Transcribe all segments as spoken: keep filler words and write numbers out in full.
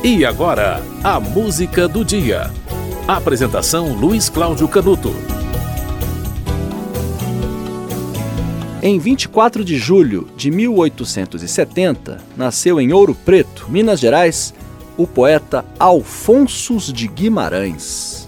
E agora, a música do dia. Apresentação Luiz Cláudio Canuto. Em vinte e quatro de julho de mil oitocentos e setenta, nasceu em Ouro Preto, Minas Gerais, o poeta Alfonso de Guimarães.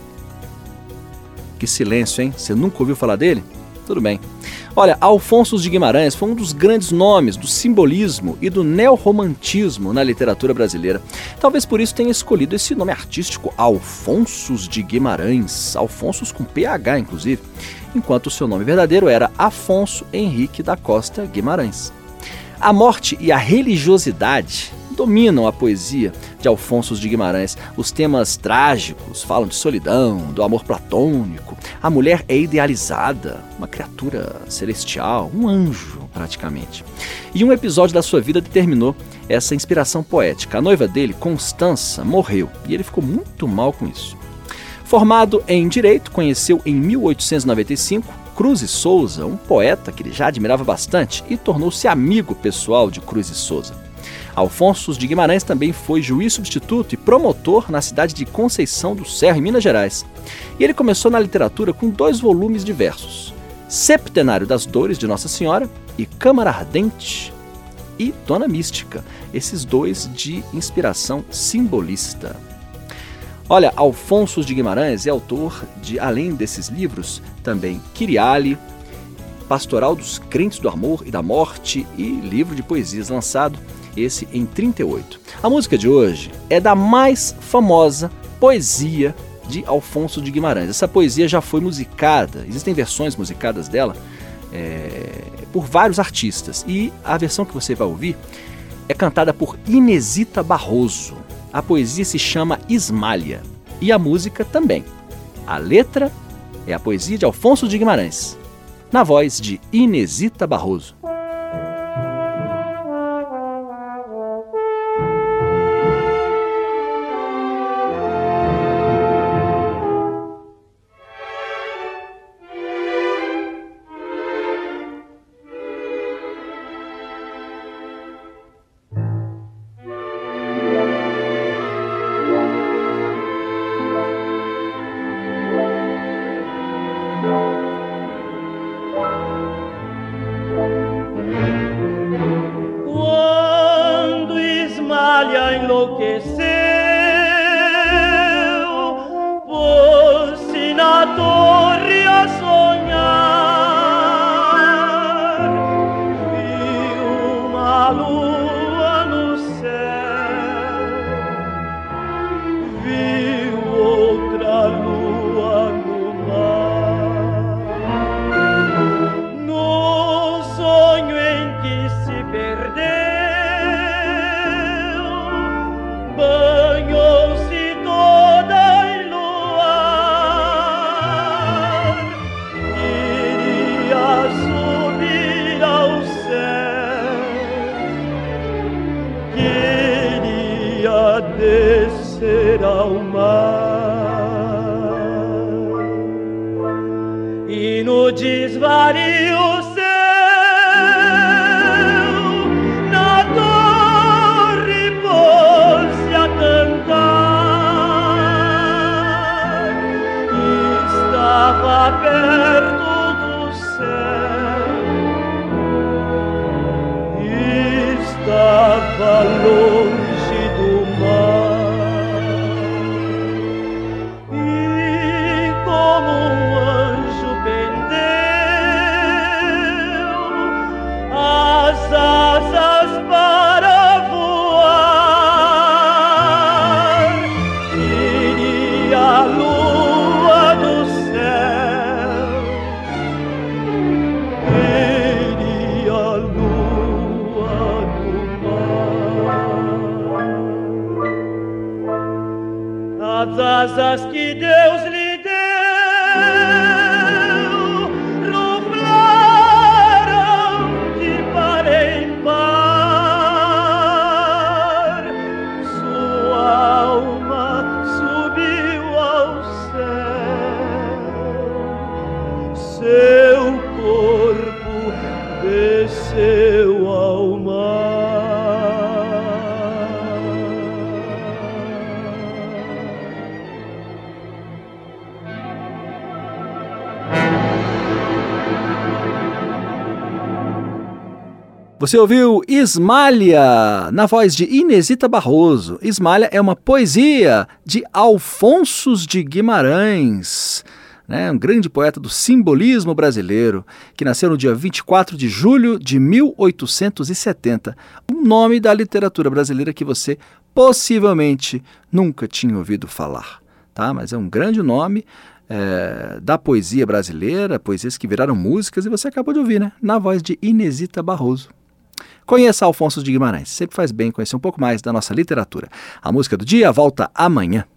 Que silêncio, hein? Você nunca ouviu falar dele? Tudo bem. Olha, Alfonso de Guimarães foi um dos grandes nomes do simbolismo e do neorromantismo na literatura brasileira. Talvez por isso tenha escolhido esse nome artístico, Alfonso de Guimarães, Alfonso com P H, inclusive, enquanto o seu nome verdadeiro era Afonso Henrique da Costa Guimarães. A morte e a religiosidade dominam a poesia de Alfonso de Guimarães. Os temas trágicos falam de solidão, do amor platônico. A mulher é idealizada, uma criatura celestial, um anjo praticamente. E um episódio da sua vida determinou essa inspiração poética. A noiva dele, Constança, morreu e ele ficou muito mal com isso. Formado em Direito, conheceu em mil oitocentos e noventa e cinco Cruz e Souza, um poeta que ele já admirava bastante, e tornou-se amigo pessoal de Cruz e Souza. Alfonso de Guimarães também foi juiz substituto e promotor na cidade de Conceição do Cerro, em Minas Gerais. E ele começou na literatura com dois volumes de versos, Septenário das Dores, de Nossa Senhora, e Câmara Ardente e Dona Mística, esses dois de inspiração simbolista. Olha, Alfonso de Guimarães é autor de, além desses livros, também Kyriale, Pastoral dos Crentes do Amor e da Morte e livro de poesias lançado, esse em trinta e oito. A música de hoje é da mais famosa poesia de Alfonso de Guimarães. Essa poesia já foi musicada, existem versões musicadas dela é, por vários artistas. E a versão que você vai ouvir é cantada por Inesita Barroso. A poesia se chama Ismália e a música também. A letra é a poesia de Alfonso de Guimarães, na voz de Inesita Barroso. Enlouqueceu, pôs-se na torre a sonhar, viu uma lua no céu, viu outra lua no mar, no sonho em que se perdeu. Banhou-se toda em luar, queria subir ao céu, queria descer ao mar, e no desvario seu estava perto do céu, estava longe do mar, e como um anjo pendeu as asas para voar, queria a lua do céu, queria a lua do mar. As asas que Deus lhe deu ruflaram de par em par, sua alma subiu ao céu, seu corpo desceu ao mar. Você ouviu Ismália, na voz de Inesita Barroso. Ismália é uma poesia de Alfonsos de Guimarães, né, um grande poeta do simbolismo brasileiro, que nasceu no dia vinte e quatro de julho de mil oitocentos e setenta. Um nome da literatura brasileira que você possivelmente nunca tinha ouvido falar, tá? Mas é um grande nome é, da poesia brasileira, poesias que viraram músicas, e você acabou de ouvir, né? Na voz de Inesita Barroso. Conheça Alfonso de Guimarães, sempre faz bem conhecer um pouco mais da nossa literatura. A música do dia volta amanhã.